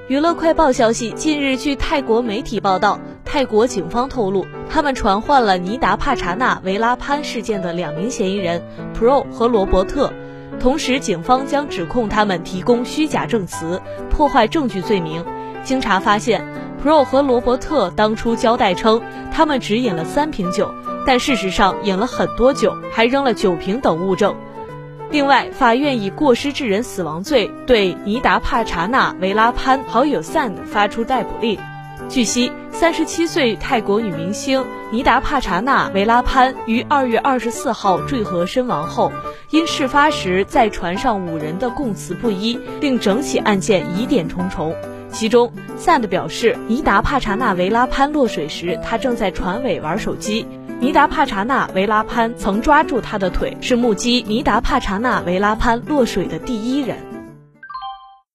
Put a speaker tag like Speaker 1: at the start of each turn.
Speaker 1: 娱乐快报消息，近日据泰国媒体报道，泰国警方透露，他们传唤了尼达帕查纳维拉潘事件的2名嫌疑人 Pro 和罗伯特，同时警方将指控他们提供虚假证词、破坏证据罪名。经查发现 ，Pro 和罗伯特当初交代称，他们只饮了3瓶酒，但事实上饮了很多酒，还扔了酒瓶等物证。另外，法院以过失致人死亡罪对尼达帕查纳维拉潘好友 Sand 发出逮捕令。据悉，37岁泰国女明星尼达帕查纳维拉潘于2月24号坠河身亡后，因事发时在船上5人的供词不一，令整起案件疑点重重。其中 ，Sand 表示，尼达帕查纳维拉潘落水时，他正在船尾玩手机。尼达帕查纳维拉潘曾抓住他的腿，是目击尼达帕查纳维拉潘落水的第1人。